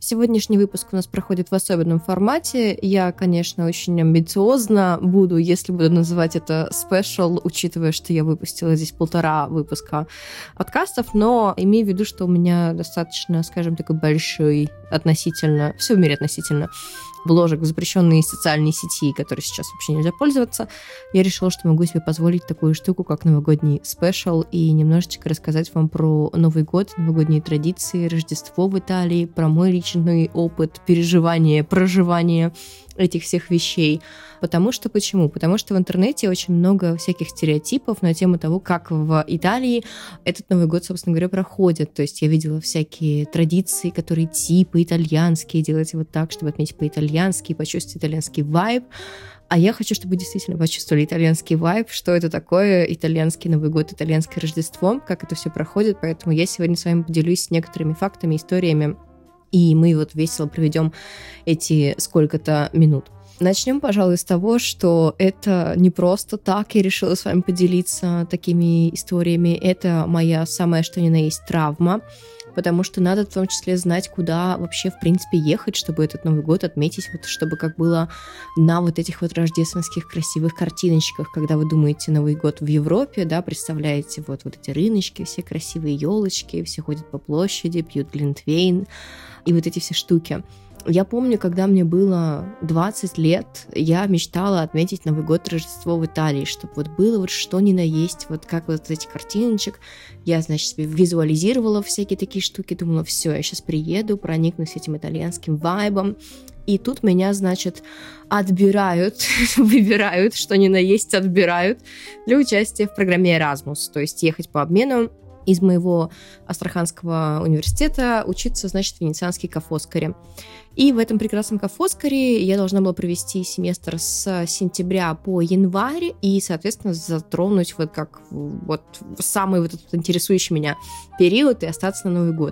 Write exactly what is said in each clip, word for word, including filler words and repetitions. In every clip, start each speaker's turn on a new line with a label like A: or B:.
A: Сегодняшний выпуск у нас проходит в особенном формате. Я, конечно, очень амбициозно буду, если буду называть это спешл, учитывая, что я выпустила здесь полтора выпуска подкастов, но имею в виду, что у меня достаточно, скажем, такой большой относительно, все в мире относительно, вложек в запрещенные социальные сети, которые сейчас вообще нельзя пользоваться, я решила, что могу себе позволить такую штуку, как новогодний спешл, и немножечко рассказать вам про Новый год, новогодние традиции, Рождество в Италии, про мой личный опыт переживания, проживания этих всех вещей. Потому что почему? Потому что в интернете очень много всяких стереотипов на тему того, как в Италии этот Новый год, собственно говоря, проходит. То есть я видела всякие традиции, которые типа итальянские, делать вот так, чтобы отметить по-итальянски, почувствовать итальянский вайб. А я хочу, чтобы вы действительно почувствовали итальянский вайб, что это такое итальянский Новый год, итальянское Рождество, как это все проходит. Поэтому я сегодня с вами поделюсь некоторыми фактами, историями, и мы вот весело проведем эти сколько-то минут. Начнем, пожалуй, с того, что это не просто так я решила с вами поделиться такими историями. Это моя самая что ни на есть травма, потому что надо в том числе знать, куда вообще, в принципе, ехать, чтобы этот Новый год отметить, вот, чтобы как было на вот этих вот рождественских красивых картиночках, когда вы думаете Новый год в Европе, да, представляете вот, вот эти рыночки, все красивые елочки, все ходят по площади, пьют глинтвейн и вот эти все штуки. Я помню, когда мне было двадцать лет, я мечтала отметить Новый год, Рождество в Италии, чтобы вот было вот что ни на есть, вот как вот эти картиночек. Я, значит, себе визуализировала всякие такие штуки, думала, все, я сейчас приеду, проникнусь этим итальянским вайбом. И тут меня, значит, отбирают, выбирают, что ни на есть отбирают для участия в программе Erasmus, то есть ехать по обмену из моего Астраханского университета учиться, значит, в венецианский Ка Фоскари. И в этом прекрасном Ка Фоскари я должна была провести семестр с сентября по январь и, соответственно, затронуть вот как вот самый вот этот интересующий меня период и остаться на Новый год.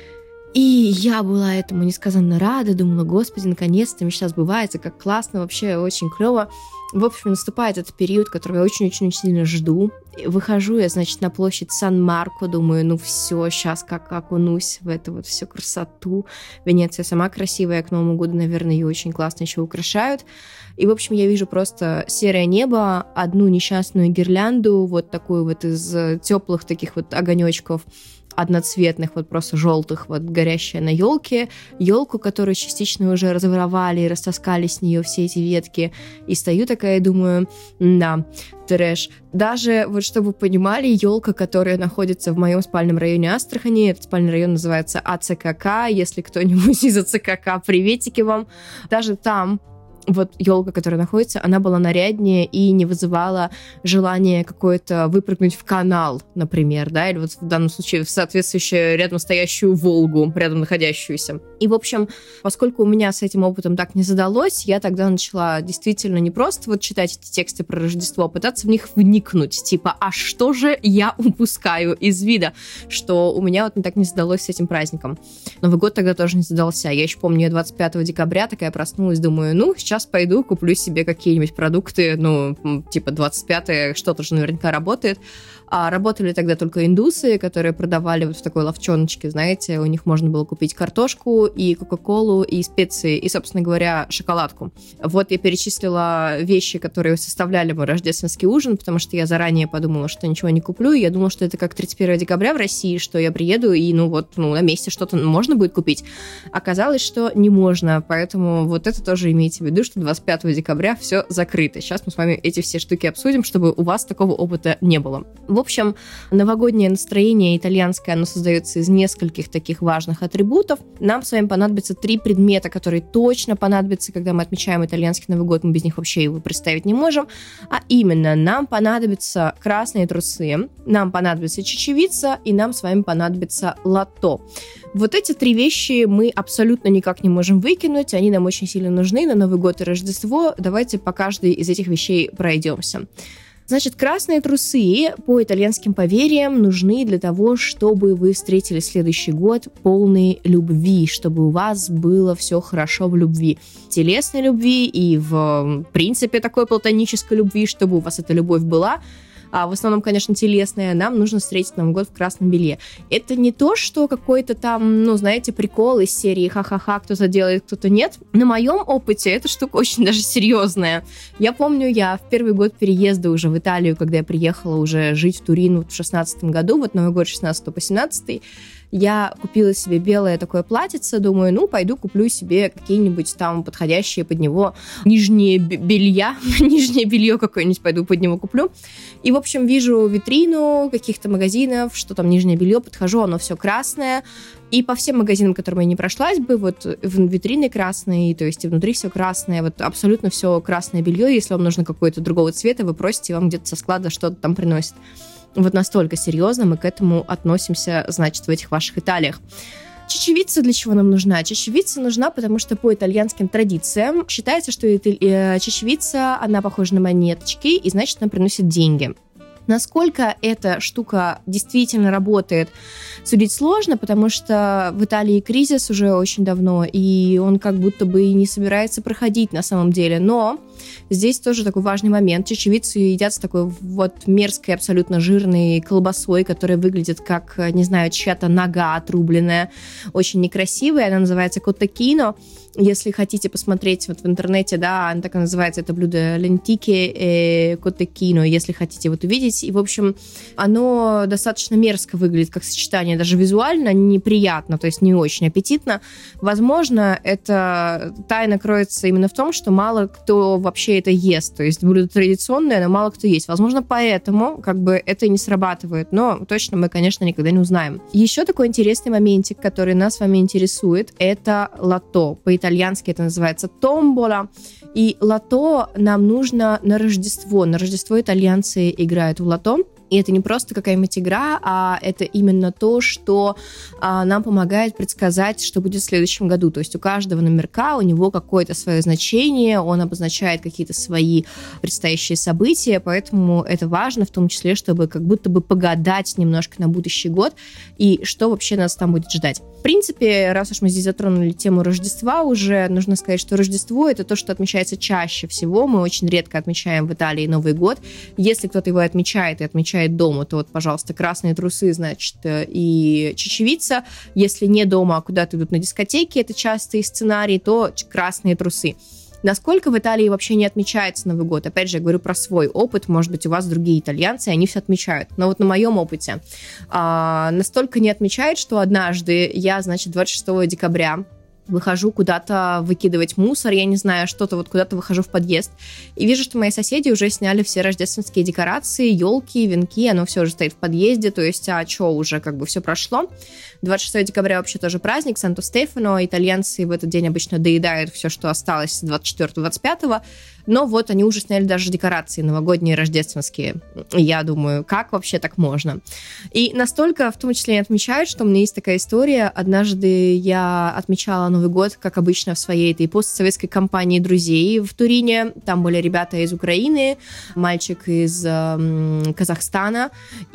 A: И я была этому несказанно рада, думала, господи, наконец-то мечта сбывается, как классно, вообще очень клево. В общем, наступает этот период, который я очень-очень сильно жду. Выхожу я, значит, на площадь Сан-Марко, думаю, ну все, сейчас как окунусь в эту вот всю красоту. Венеция сама красивая, к Новому году, наверное, ее очень классно еще украшают. И, в общем, я вижу просто серое небо, одну несчастную гирлянду, вот такую вот из теплых таких вот огонечков, одноцветных, вот просто желтых, вот горящая на елке, елку, которую частично уже разворовали и растаскали с нее все эти ветки. И стою такая и думаю, да, трэш. Даже, вот чтобы вы понимали, елка, которая находится в моем спальном районе Астрахани, этот спальный район называется А Цэ Ка Ка, если кто-нибудь из А Цэ Ка Ка, приветики вам. Даже там вот елка, которая находится, она была наряднее и не вызывала желания какое-то выпрыгнуть в канал, например, да, или вот в данном случае в соответствующую рядом стоящую Волгу, рядом находящуюся. И, в общем, поскольку у меня с этим опытом так не задалось, я тогда начала действительно не просто вот читать эти тексты про Рождество, а пытаться в них вникнуть, типа, а что же я упускаю из вида, что у меня вот так не задалось с этим праздником. Новый год тогда тоже не задался. Я еще помню, я двадцать пятого декабря такая проснулась, думаю, ну, сейчас пойду, куплю себе какие-нибудь продукты, ну, типа двадцать пятое, что-то же наверняка работает. А работали тогда только индусы, которые продавали вот в такой лавчоночке, знаете, у них можно было купить картошку и кока-колу, и специи, и, собственно говоря, шоколадку. Вот я перечислила вещи, которые составляли мой рождественский ужин, потому что я заранее подумала, что ничего не куплю, и я думала, что это как тридцать первого декабря в России, что я приеду, и, ну, вот, ну, на месте что-то можно будет купить. Оказалось, что не можно, поэтому вот это тоже имейте в виду, что двадцать пятого декабря все закрыто. Сейчас мы с вами эти все штуки обсудим, чтобы у вас такого опыта не было. В общем, новогоднее настроение итальянское, оно создается из нескольких таких важных атрибутов. Нам с вами понадобятся три предмета, которые точно понадобятся, когда мы отмечаем итальянский Новый год, мы без них вообще его представить не можем. А именно, нам понадобятся красные трусы, нам понадобится чечевица, и нам с вами понадобится латто. Вот эти три вещи мы абсолютно никак не можем выкинуть, они нам очень сильно нужны на Новый год и Рождество. Давайте по каждой из этих вещей пройдемся. Значит, красные трусы по итальянским поверьям нужны для того, чтобы вы встретили следующий год полный любви, чтобы у вас было все хорошо в любви. Телесной любви и в принципе такой платонической любви, чтобы у вас эта любовь была. а в основном, конечно, телесное, нам нужно встретить Новый год в красном белье. Это не то, что какой-то там, ну, знаете, прикол из серии ха-ха-ха, кто-то делает, кто-то нет. На моем опыте эта штука очень даже серьезная. Я помню, я в первый год переезда уже в Италию, когда я приехала уже жить в Турин в шестнадцатом году, вот Новый год шестнадцатого по семнадцатый, я купила себе белое такое платьице, думаю, ну, пойду куплю себе какие-нибудь там подходящие под него нижние белья, нижнее белье какое-нибудь пойду под него куплю. И, в общем, вижу витрину каких-то магазинов, что там нижнее белье, подхожу, оно все красное. И по всем магазинам, которым я не прошлась бы, вот витрины красные, то есть и внутри все красное, вот абсолютно все красное белье. Если вам нужно какое-то другого цвета, вы просите, вам где-то со склада что-то там приносят. Вот настолько серьезно мы к этому относимся, значит, в этих ваших Италиях. Чечевица для чего нам нужна? Чечевица нужна, потому что по итальянским традициям считается, что чечевица, она похожа на монеточки, и, значит, она приносит деньги. Насколько эта штука действительно работает, судить сложно, потому что в Италии кризис уже очень давно, и он как будто бы и не собирается проходить на самом деле. Но здесь тоже такой важный момент. Чечевицу едят с такой вот мерзкой, абсолютно жирной колбасой, которая выглядит как, не знаю, чья-то нога отрубленная, очень некрасивая. Она называется коттекино. Если хотите посмотреть вот в интернете, да, она так и называется, это блюдо лентики э, коттекино, если хотите вот увидеть. И, в общем, оно достаточно мерзко выглядит как сочетание, даже визуально неприятно, то есть не очень аппетитно. Возможно, это тайна кроется именно в том, что мало кто вообще это ест, то есть блюдо традиционное, но мало кто есть. Возможно, поэтому как бы это и не срабатывает, но точно мы, конечно, никогда не узнаем. Еще такой интересный моментик, который нас с вами интересует, это лото. По-итальянски это называется томбола. И лото нам нужно на Рождество. На Рождество итальянцы играют в лото. И это не просто какая-нибудь игра, а это именно то, что а, нам помогает предсказать, что будет в следующем году. То есть у каждого номерка у него какое-то свое значение, он обозначает какие-то свои предстоящие события, поэтому это важно, в том числе, чтобы как будто бы погадать немножко на будущий год и что вообще нас там будет ждать. В принципе, раз уж мы здесь затронули тему Рождества уже, нужно сказать, что Рождество — это то, что отмечается чаще всего. Мы очень редко отмечаем в Италии Новый год. Если кто-то его отмечает и отмечает дома, то вот, пожалуйста, красные трусы, значит, и чечевица. Если не дома, а куда-то идут на дискотеки, это частый сценарий, то красные трусы. Насколько в Италии вообще не отмечается Новый год? Опять же, я говорю про свой опыт. Может быть, у вас другие итальянцы, они все отмечают. Но вот на моем опыте а, настолько не отмечают, что однажды я, значит, двадцать шестого декабря выхожу куда-то выкидывать мусор, я не знаю, что-то, вот куда-то выхожу в подъезд, и вижу, что мои соседи уже сняли все рождественские декорации, елки, венки, оно все уже стоит в подъезде, то есть, а что, уже как бы все прошло. двадцать шестого декабря вообще тоже праздник, Санто-Стефано, итальянцы в этот день обычно доедают все, что осталось с двадцать четвёртого двадцать пятого, но вот они уже сняли даже декорации новогодние, рождественские. Я думаю, как вообще так можно? И настолько, в том числе, не отмечают, что у меня есть такая история. Однажды я отмечала Новый год, как обычно, в своей этой постсоветской компании друзей в Турине. Там были ребята из Украины, мальчик из э, Казахстана,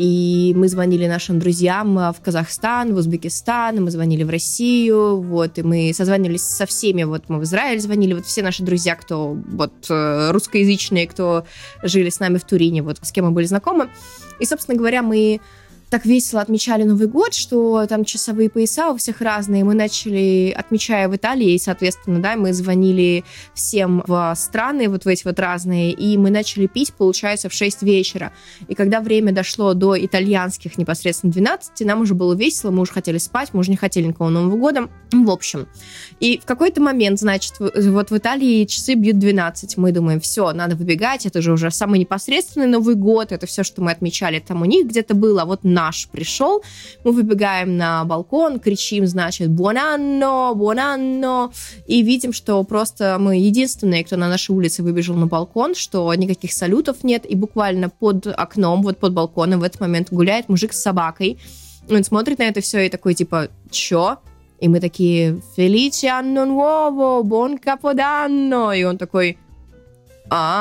A: и мы звонили нашим друзьям в Казахстан, в Узбекистан, мы звонили в Россию, вот, и мы созванивались со всеми, вот, мы в Израиль звонили, вот все наши друзья, кто, вот, русскоязычные, кто жили с нами в Турине, вот, с кем мы были знакомы. И, собственно говоря, мы так весело отмечали Новый год, что там часовые пояса у всех разные. Мы начали, отмечая в Италии, и, соответственно, да, мы звонили всем в страны, вот в эти вот разные, и мы начали пить, получается, в шесть вечера. И когда время дошло до итальянских непосредственно двенадцати, нам уже было весело, мы уже хотели спать, мы уже не хотели никакого Нового года. В общем. И в какой-то момент, значит, вот в Италии часы бьют двенадцать. Мы думаем, все, надо выбегать, это же уже самый непосредственный Новый год, это все, что мы отмечали, там у них где-то было, а вот на наш пришел, мы выбегаем на балкон, кричим, значит, «Buon anno, buon anno», и видим, что просто мы единственные, кто на нашей улице выбежал на балкон, что никаких салютов нет, и буквально под окном, вот под балконом в этот момент гуляет мужик с собакой, он смотрит на это все и такой, типа, чё? И мы такие, «Felice anno nuovo, buon capodanno», и он такой, «А,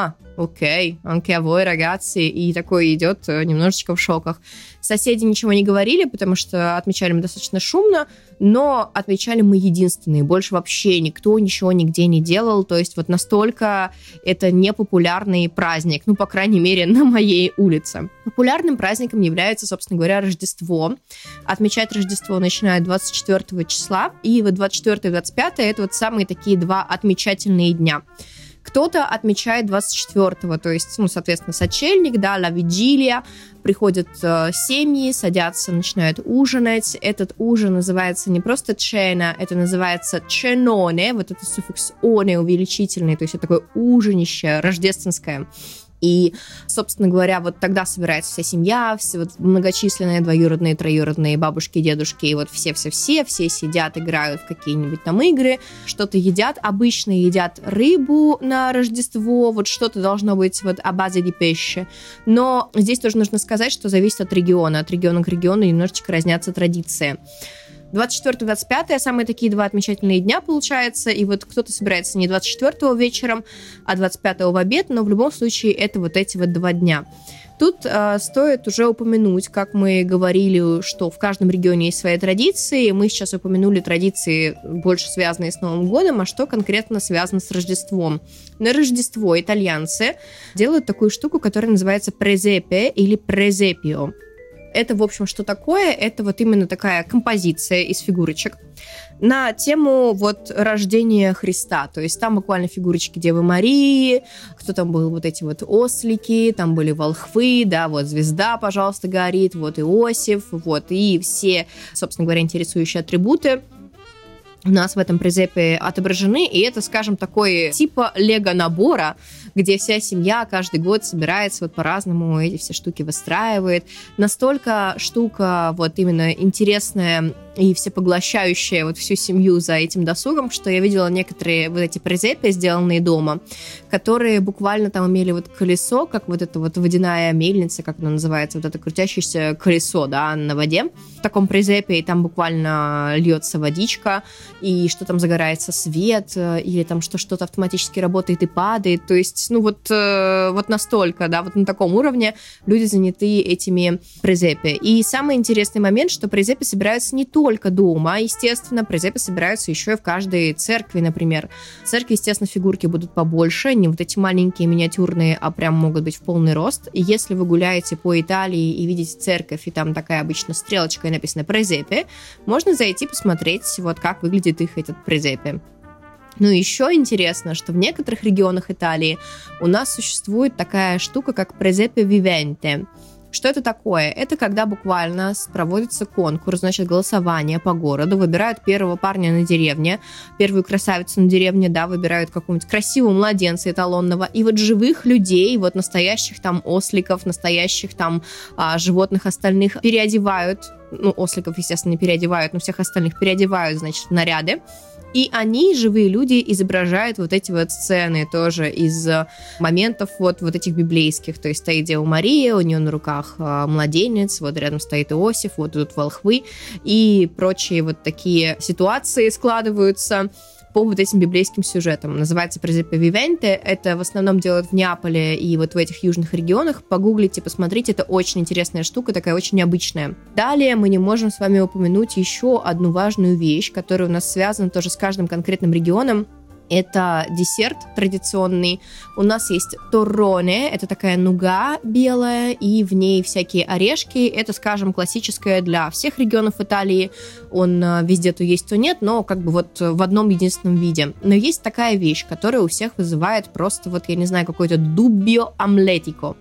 A: окей, anche a voi, ragazzi, и такой идет немножечко в шоках. Соседи ничего не говорили, потому что отмечали мы достаточно шумно, но отмечали мы единственные, больше вообще никто ничего нигде не делал, то есть вот настолько это непопулярный праздник, ну, по крайней мере, на моей улице. Популярным праздником является, собственно говоря, Рождество. Отмечать Рождество начинают двадцать четвёртого числа, и вот двадцать четвёртое и двадцать пятое это вот самые такие два отмечательные дня. Кто-то отмечает двадцать четвёртого, то есть, ну, соответственно, сочельник, да, ла вигилия, приходят э, семьи, садятся, начинают ужинать. Этот ужин называется не просто цена, это называется ценоне, вот это суффикс оне увеличительный, то есть это такое ужинище рождественское. И, собственно говоря, вот тогда собирается вся семья, все вот многочисленные двоюродные, троюродные бабушки, дедушки, и вот все-все-все, все сидят, играют в какие-нибудь там игры, что-то едят. Обычно едят рыбу на Рождество, вот что-то должно быть вот à base di pesce. Но здесь тоже нужно сказать, что зависит от региона. От региона к региону немножечко разнятся традиции. двадцать четвёртое двадцать пятое самые такие два отмечательные дня, получается, и вот кто-то собирается не двадцать четвёртого вечером, а двадцать пятого в обед, но в любом случае это вот эти вот два дня. Тут э, стоит уже упомянуть, как мы говорили, что в каждом регионе есть свои традиции. Мы сейчас упомянули традиции, больше связанные с Новым годом, а что конкретно связано с Рождеством. На Рождество итальянцы делают такую штуку, которая называется презепе или презепио. Это, в общем, что такое? Это вот именно такая композиция из фигурочек на тему вот рождения Христа. То есть там буквально фигурочки Девы Марии, кто там был, вот эти вот ослики, там были волхвы, да, вот звезда, пожалуйста, горит, вот Иосиф, вот, и все, собственно говоря, интересующие атрибуты у нас в этом презепе отображены, и это, скажем, такой типа лего-набора, где вся семья каждый год собирается вот по-разному, эти все штуки выстраивает. Настолько штука вот именно интересная и всепоглощающая вот всю семью за этим досугом, что я видела некоторые вот эти презепи, сделанные дома, которые буквально там имели вот колесо, как вот эта вот водяная мельница, как она называется, вот это крутящееся колесо, да, на воде. В таком презепе, и там буквально льется водичка, и что там загорается свет, или там что что-то автоматически работает и падает. То есть, ну вот, вот настолько, да, вот на таком уровне люди заняты этими презепи. И самый интересный момент, что презепи собираются не только дома, естественно, презепи собираются еще и в каждой церкви, например. В церкви, естественно, фигурки будут побольше, не вот эти маленькие миниатюрные, а прям могут быть в полный рост. И если вы гуляете по Италии и видите церковь, и там такая обычно стрелочка и написано презепи, можно зайти посмотреть, вот как выглядит их этот презепи. Ну, еще интересно, что в некоторых регионах Италии у нас существует такая штука, как презепе вивенте. Что это такое? Это когда буквально проводится конкурс, значит, голосование по городу, выбирают первого парня на деревне, первую красавицу на деревне, да, выбирают какого-нибудь красивого младенца эталонного, и вот живых людей, вот настоящих там осликов, настоящих там а, животных остальных переодевают, ну, осликов, естественно, не переодевают, но всех остальных переодевают, значит, в наряды. И они, живые люди, изображают вот эти вот сцены тоже из моментов вот, вот этих библейских. То есть стоит Дева Мария, у нее на руках младенец, вот рядом стоит Иосиф, вот тут волхвы и прочие вот такие ситуации складываются по вот этим библейским сюжетам. Называется презепе вивенте. Это в основном делают в Неаполе и вот в этих южных регионах. Погуглите, посмотрите. Это очень интересная штука, такая очень необычная. Далее мы не можем с вами упомянуть еще одну важную вещь, которая у нас связана тоже с каждым конкретным регионом. Это десерт традиционный. У нас есть торроне, это такая нуга белая, и в ней всякие орешки. Это, скажем, классическое для всех регионов Италии. Он везде то есть, то нет, но как бы вот в одном единственном виде. Но есть такая вещь, которая у всех вызывает просто вот, я не знаю, какой-то dubbio amletico.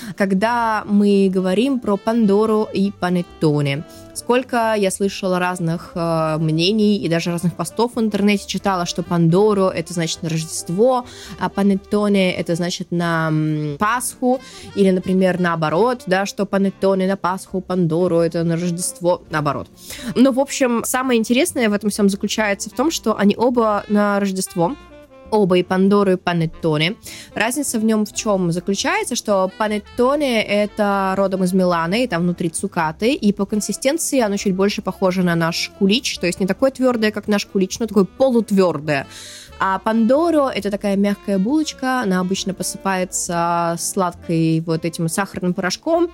A: Когда мы говорим про пандоро и панеттоне. Сколько я слышала разных э, мнений и даже разных постов в интернете, читала, что пандоро — это значит на Рождество, а панеттоне — это значит на м, Пасху, или, например, наоборот, да, что панеттоне на Пасху, пандоро — это на Рождество, наоборот. Но, в общем, самое интересное в этом всем заключается в том, что они оба на Рождество. Оба, и пандоро, и панеттоне. Разница в нем в чем заключается, что панеттоне — это родом из Милана, и там внутри цукаты, и по консистенции оно чуть больше похоже на наш кулич, то есть не такое твердое, как наш кулич, но такое полутвердое. А пандоро — это такая мягкая булочка, она обычно посыпается сладкой вот этим сахарным порошком,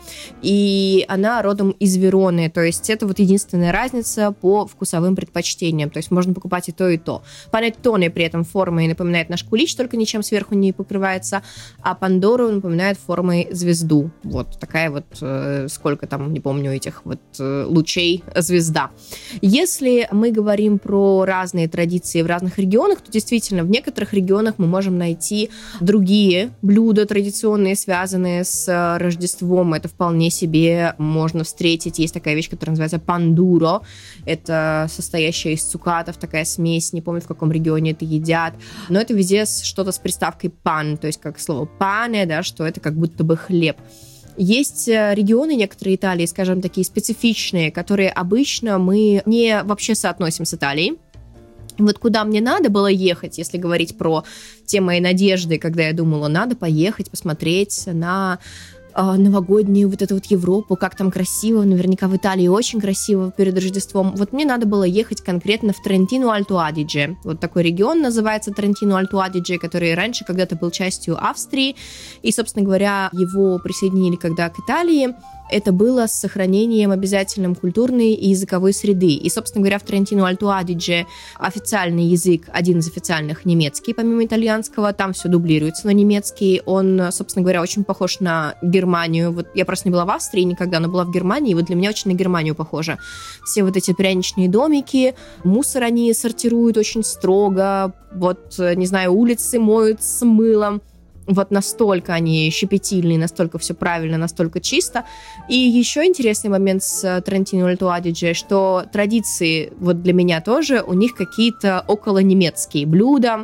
A: и она родом из Вероны, то есть это вот единственная разница по вкусовым предпочтениям, то есть можно покупать и то, и то. Панеттоне при этом формой напоминает наш кулич, только ничем сверху не покрывается, а пандоро напоминает формой звезду. Вот такая вот, э, сколько там, не помню, этих вот э, лучей звезда. Если мы говорим про разные традиции в разных регионах, то действительно в некоторых регионах мы можем найти другие блюда традиционные, связанные с Рождеством. Это вполне себе можно встретить. Есть такая вещь, которая называется пандуро. Это состоящая из цукатов такая смесь. Не помню, в каком регионе это едят. Но это везде что-то с приставкой пан, то есть как слово пане, да, что это как будто бы хлеб. Есть регионы некоторые Италии, скажем, такие специфичные, которые обычно мы не вообще соотносим с Италией. Вот куда мне надо было ехать, если говорить про те мои надежды, когда я думала, надо поехать, посмотреть на э, новогоднюю вот эту вот Европу, как там красиво, наверняка в Италии очень красиво перед Рождеством. Вот мне надо было ехать конкретно в Трентино-Альто-Адидже. Вот такой регион называется Трентино-Альто-Адидже, который раньше когда-то был частью Австрии, и, собственно говоря, его присоединили когда к Италии. Это было с сохранением обязательным культурной и языковой среды. И, собственно говоря, в Трентино-Альто-Адидже официальный язык, один из официальных, немецкий, помимо итальянского, там все дублируется на немецкий. Он, собственно говоря, очень похож на Германию. Вот я просто не была в Австрии никогда, но была в Германии, и вот для меня очень на Германию похоже. Все вот эти пряничные домики, мусор они сортируют очень строго, вот, не знаю, улицы моют с мылом. Вот настолько они щепетильные, настолько все правильно, настолько чисто. И еще интересный момент с Трентино-Альто-Адидже, что традиции вот для меня тоже, у них какие-то околонемецкие блюда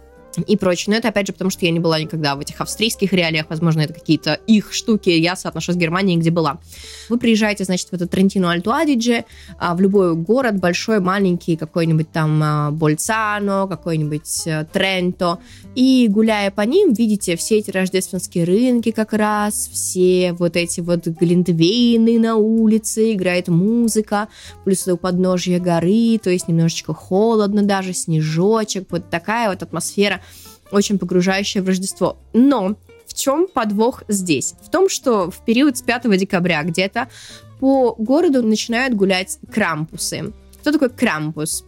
A: и прочее. Но это, опять же, потому что я не была никогда в этих австрийских реалиях. Возможно, это какие-то их штуки. Я соотношу с Германией, где была. Вы приезжаете, значит, в этот Трентино-Альто-Адидже, в любой город, большой, маленький, какой-нибудь там Больцано, какой-нибудь Тренто, и, гуляя по ним, видите все эти рождественские рынки как раз, все вот эти вот глинтвейны на улице, играет музыка, плюс у подножья горы, то есть немножечко холодно даже, снежочек, вот такая вот атмосфера, очень погружающая в Рождество. Но в чем подвох здесь? В том, что в период с пятого декабря где-то по городу начинают гулять крампусы. Кто такой крампус?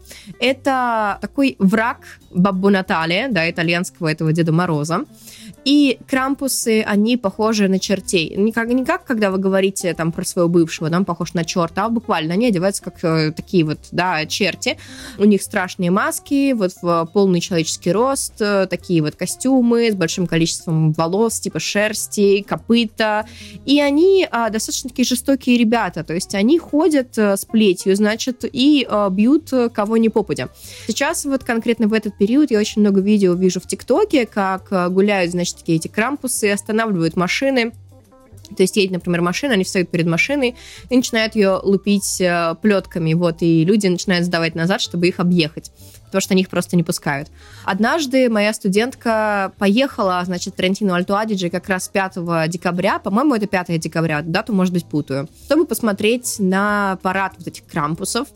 A: Это такой враг Баббо Натале, да, итальянского этого Деда Мороза. И крампусы, они похожи на чертей. Не как, не как когда вы говорите там про своего бывшего, да, он похож на черта, а буквально они одеваются как э, такие вот, да, черти. У них страшные маски, вот в полный человеческий рост, э, такие вот костюмы с большим количеством волос, типа шерсти, копыта. И они э, достаточно такие жестокие ребята, то есть они ходят э, с плетью, значит, и э, бьют кого ни попадя. Сейчас вот конкретно в этот период я очень много видео вижу в ТикТоке, как э, гуляют, значит, такие эти крампусы, останавливают машины. То есть едет, например, машина, они встают перед машиной и начинают ее лупить э, плетками, вот, и люди начинают сдавать назад, чтобы их объехать, потому что они их просто не пускают. Однажды моя студентка поехала, значит, в Трентино-Альто-Адидже как раз пятого декабря, по-моему, это пятого декабря, дату, может быть, путаю, чтобы посмотреть на парад вот этих крампусов.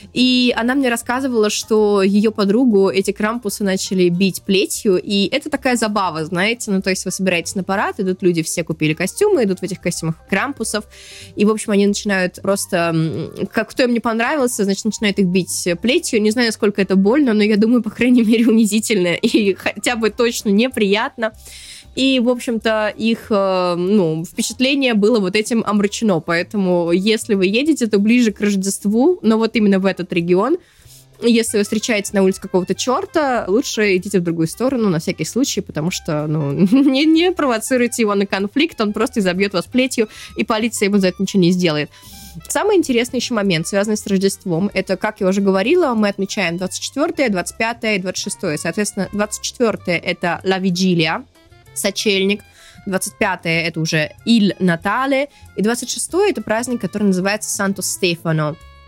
A: И она мне рассказывала, что ее подругу эти крампусы начали бить плетью, и это такая забава, знаете, ну, то есть вы собираетесь на парад, идут люди, все купили костюмы, идут в этих костюмах крампусов, и, в общем, они начинают просто, как кто им не понравился, значит, начинают их бить плетью, не знаю, насколько это больно, но я думаю, по крайней мере, унизительно и хотя бы точно неприятно. И, в общем-то, их, ну, впечатление было вот этим омрачено. Поэтому, если вы едете, то ближе к Рождеству, но вот именно в этот регион, если вы встречаете на улице какого-то черта, лучше идите в другую сторону на всякий случай, потому что, ну, не, не провоцируйте его на конфликт, он просто изобьет вас плетью, и полиция ему за это ничего не сделает. Самый интересный еще момент, связанный с Рождеством, это, как я уже говорила, мы отмечаем двадцать четвёртое, двадцать пятое и двадцать шестое. Соответственно, двадцать четвёртое это La Vigilia, сочельник, двадцать пятое это уже Il Natale, и двадцать шестое это праздник, который называется Санто Стефано,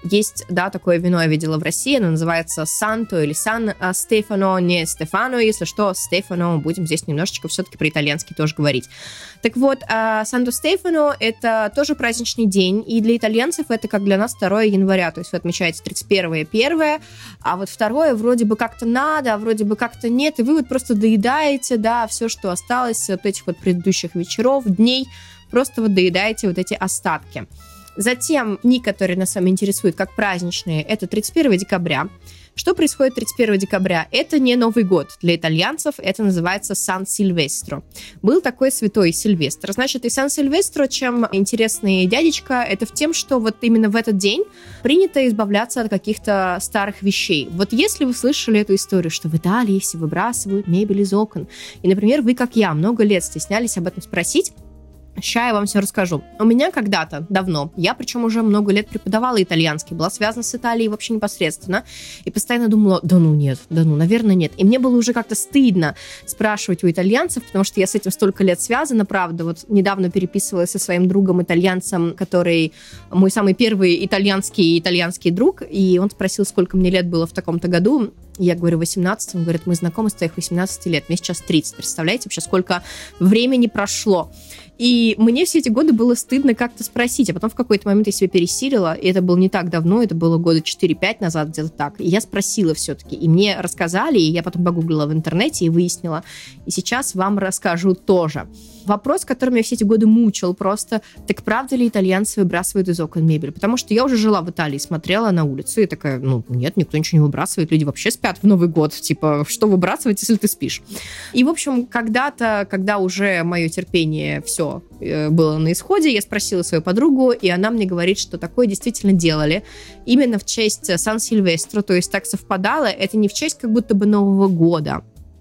A: есть, да, такое вино я видела в России, оно называется Санто или Сан Стефано, не Стефано, если что, Стефано, будем здесь немножечко все-таки по-итальянски тоже говорить. Так вот, Санто Стефано — это тоже праздничный день, и для итальянцев это как для нас второе января, то есть вы отмечаете тридцать первое первое, а вот второе вроде бы как-то надо, а вроде бы как-то нет, и вы вот просто доедаете, да, все, что осталось от этих вот предыдущих вечеров, дней, просто вот доедаете вот эти остатки. Затем дни, которые нас с вами интересуют как праздничные, это тридцать первого декабря. Что происходит тридцать первого декабря? Это не Новый год для итальянцев, это называется Сан-Сильвестро. Был такой святой Сильвестр. Значит, и Сан-Сильвестро, чем интересный дядечка, это в тем, что вот именно в этот день принято избавляться от каких-то старых вещей. Вот если вы слышали эту историю, что в Италии все выбрасывают мебель из окон, и, например, вы, как я, много лет стеснялись об этом спросить, сейчас я вам все расскажу. У меня когда-то, давно, я причем уже много лет преподавала итальянский, была связана с Италией вообще непосредственно, и постоянно думала, да ну нет, да ну, наверное, нет. И мне было уже как-то стыдно спрашивать у итальянцев, потому что я с этим столько лет связана, правда. Вот недавно переписывалась со своим другом-итальянцем, который мой самый первый итальянский итальянский друг, и он спросил, сколько мне лет было в таком-то году. Я говорю, восемнадцать, он говорит, мы знакомы с твоих восемнадцати лет, мне сейчас тридцать, представляете вообще, сколько времени прошло. И мне все эти годы было стыдно как-то спросить, а потом в какой-то момент я себя пересилила, и это было не так давно, это было года четыре-пять назад, где-то так, и я спросила все-таки, и мне рассказали, и я потом погуглила в интернете и выяснила, и сейчас вам расскажу тоже. Вопрос, который меня все эти годы мучил просто, так правда ли итальянцы выбрасывают из окон мебель? Потому что я уже жила в Италии, смотрела на улицу и такая, ну нет, никто ничего не выбрасывает, люди вообще спят в Новый год, типа, что выбрасывать, если ты спишь? И, в общем, когда-то, когда уже мое терпение все было на исходе, я спросила свою подругу, и она мне говорит, что такое действительно делали именно в честь Сан-Сильвестро, то есть так совпадало, это не в честь как будто бы Нового года,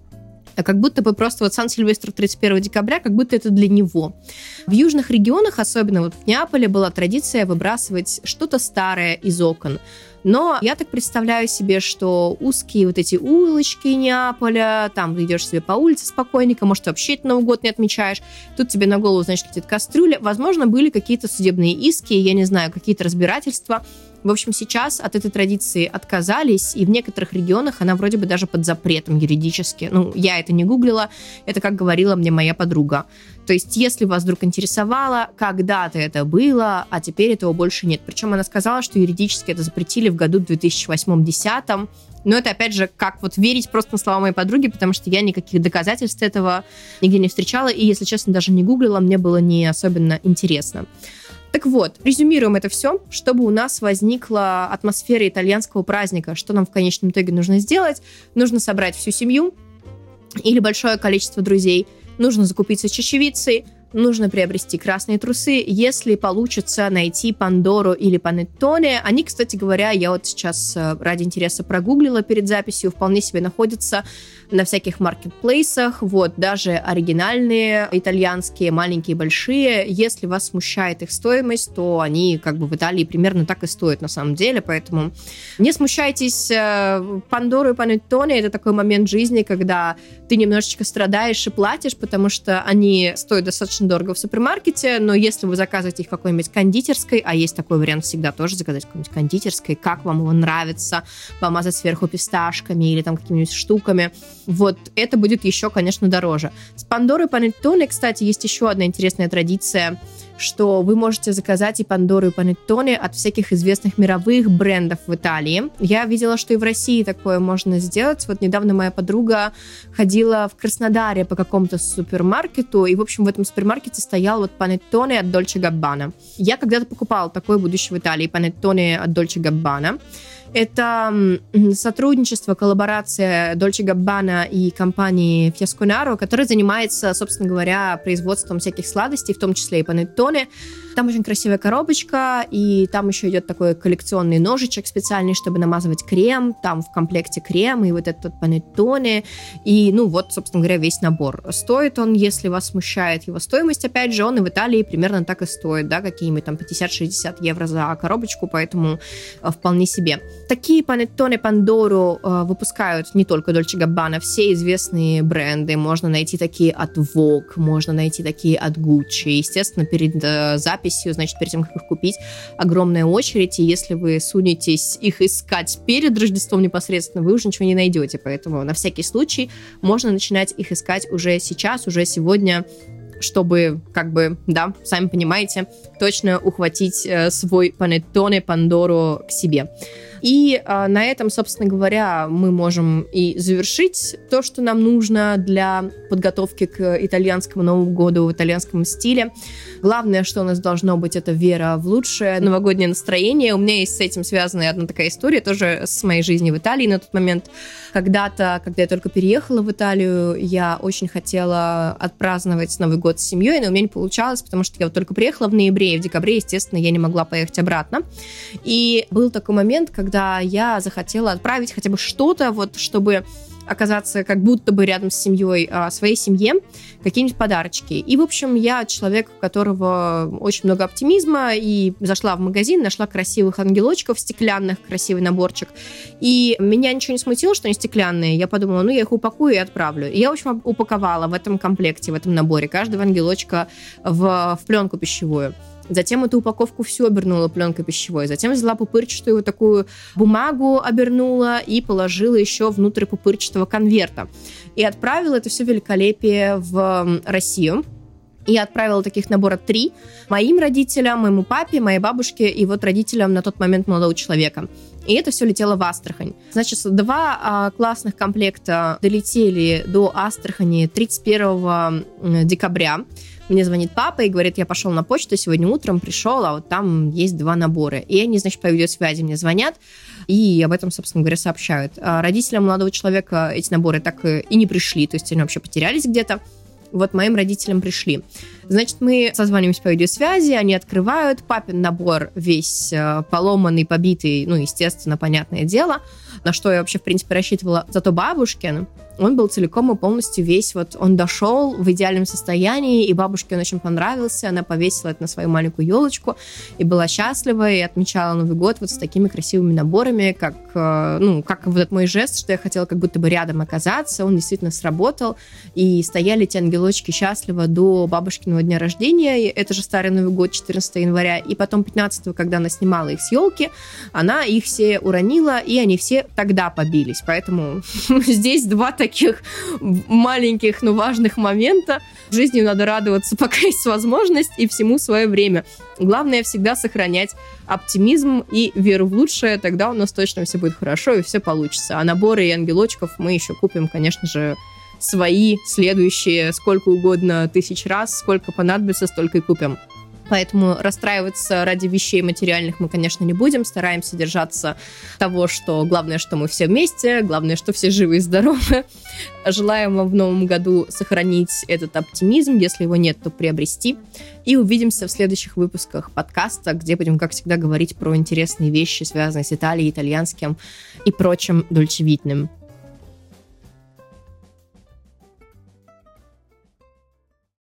A: а как будто бы просто вот Сан-Сильвестро тридцать первого декабря, как будто это для него. В южных регионах, особенно вот в Неаполе, была традиция выбрасывать что-то старое из окон. Но я так представляю себе, что узкие вот эти улочки Неаполя, там ты идешь себе по улице спокойненько, может, вообще это Новый год не отмечаешь, тут тебе на голову, значит, летит кастрюля. Возможно, были какие-то судебные иски, я не знаю, какие-то разбирательства. В общем, сейчас от этой традиции отказались, и в некоторых регионах она вроде бы даже под запретом юридически. Ну, я это не гуглила, это как говорила мне моя подруга. То есть, если вас вдруг интересовало, когда-то это было, а теперь этого больше нет. Причем она сказала, что юридически это запретили в году две тысячи восьмом-десятом. Но это, опять же, как вот верить просто на слова моей подруги, потому что я никаких доказательств этого нигде не встречала, и, если честно, даже не гуглила, мне было не особенно интересно. Так вот, резюмируем это все, чтобы у нас возникла атмосфера итальянского праздника. Что нам в конечном итоге нужно сделать? Нужно собрать всю семью или большое количество друзей. Нужно закупиться чечевицей, нужно приобрести красные трусы, если получится найти Пандору или Панеттоне. Они, кстати говоря, я вот сейчас ради интереса прогуглила перед записью, вполне себе находятся на всяких маркетплейсах, вот, даже оригинальные итальянские, маленькие, большие. Если вас смущает их стоимость, то они как бы в Италии примерно так и стоят на самом деле, поэтому не смущайтесь. Пандору и Панеттоне — это такой момент жизни, когда ты немножечко страдаешь и платишь, потому что они стоят достаточно дорого в супермаркете, но если вы заказываете их в какой-нибудь кондитерской, а есть такой вариант всегда тоже заказать в какой-нибудь кондитерской, как вам его нравится, помазать сверху фисташками или там какими-нибудь штуками, вот это будет еще, конечно, дороже. С Пандорой и Панеттоне, кстати, есть еще одна интересная традиция, что вы можете заказать и Пандору, и Панеттоне от всяких известных мировых брендов в Италии. Я видела, что и в России такое можно сделать. Вот недавно моя подруга ходила в Краснодаре по какому-то супермаркету, и, в общем, в этом супермаркете стоял вот Панеттоне от Dolce Gabbana. Я когда-то покупала такое, будучи в Италии, Панеттоне от Dolce Gabbana. Это сотрудничество, коллаборация Dolce Gabbana и компании Fiasconaro, которая занимается, собственно говоря, производством всяких сладостей, в том числе и панеттоне. Там очень красивая коробочка, и там еще идет такой коллекционный ножичек специальный, чтобы намазывать крем. Там в комплекте крем и вот этот панеттоне. И, ну, вот, собственно говоря, весь набор. Стоит он, если вас смущает его стоимость, опять же, он и в Италии примерно так и стоит, да, какие-нибудь там пятьдесят-шестьдесят евро за коробочку, поэтому вполне себе. Такие панеттоне Pandoro э, выпускают не только Dolce Gabbana, все известные бренды. Можно найти такие от Vogue, можно найти такие от Gucci. Естественно, перед э, записью, значит, перед тем, как их купить, огромная очередь, и если вы сунетесь их искать перед Рождеством непосредственно, вы уже ничего не найдете. Поэтому на всякий случай можно начинать их искать уже сейчас, уже сегодня, чтобы, как бы, да, сами понимаете, точно ухватить э, свой панеттоне Pandoro к себе. И э, на этом, собственно говоря, мы можем и завершить то, что нам нужно для подготовки к итальянскому Новому году в итальянском стиле. Главное, что у нас должно быть, это вера в лучшее новогоднее настроение. У меня есть с этим связанная одна такая история, тоже с моей жизни в Италии на тот момент. Когда-то, когда я только переехала в Италию, я очень хотела отпраздновать Новый год с семьей, но у меня не получалось, потому что я вот только приехала в ноябре, и в декабре, естественно, я не могла поехать обратно. И был такой момент, когда я захотела отправить хотя бы что-то, вот, чтобы оказаться как будто бы рядом с семьей, а, своей семье, какие-нибудь подарочки. И, в общем, я человек, у которого очень много оптимизма, и зашла в магазин, нашла красивых ангелочков стеклянных, красивый наборчик. И меня ничего не смутило, что они стеклянные. Я подумала, ну, я их упакую и отправлю. И я, в общем, упаковала в этом комплекте, в этом наборе каждого ангелочка в, в пленку пищевую. Затем эту упаковку всю обернула пленкой пищевой. Затем взяла пупырчатую вот такую бумагу, обернула и положила еще внутрь пупырчатого конверта. И отправила это все великолепие в Россию. И отправила таких набора три моим родителям, моему папе, моей бабушке и вот родителям на тот момент молодого человека. И это все летело в Астрахань. Значит, два а, классных комплекта долетели до Астрахани тридцать первого декабря. Мне звонит папа и говорит, я пошел на почту, сегодня утром пришел, а вот там есть два набора. И они, значит, по видеосвязи мне звонят и об этом, собственно говоря, сообщают. А родителям молодого человека эти наборы так и не пришли, то есть они вообще потерялись где-то. Вот моим родителям пришли. Значит, мы созваниваемся по видеосвязи, они открывают, папин набор весь э, поломанный, побитый, ну, естественно, понятное дело, на что я вообще, в принципе, рассчитывала. Зато бабушкин, он был целиком и полностью весь, вот он дошел в идеальном состоянии, и бабушке он очень понравился, она повесила это на свою маленькую елочку и была счастлива, и отмечала Новый год вот с такими красивыми наборами, как, э, ну, как вот этот мой жест, что я хотела как будто бы рядом оказаться, он действительно сработал, и стояли эти ангелочки счастливо до бабушкиного дня рождения, и это же старый Новый год, четырнадцатого января, и потом пятнадцатого, когда она снимала их с елки, она их все уронила, и они все тогда побились, поэтому здесь два таких маленьких, но важных момента. Жизнью надо радоваться, пока есть возможность, и всему свое время. Главное всегда сохранять оптимизм и веру в лучшее, тогда у нас точно все будет хорошо и все получится. А наборы и ангелочков мы еще купим, конечно же, свои, следующие, сколько угодно тысяч раз, сколько понадобится, столько и купим. Поэтому расстраиваться ради вещей материальных мы, конечно, не будем. Стараемся держаться того, что главное, что мы все вместе, главное, что все живы и здоровы. Желаем вам в новом году сохранить этот оптимизм. Если его нет, то приобрести. И увидимся в следующих выпусках подкаста, где будем, как всегда, говорить про интересные вещи, связанные с Италией, итальянским и прочим дольчевитным.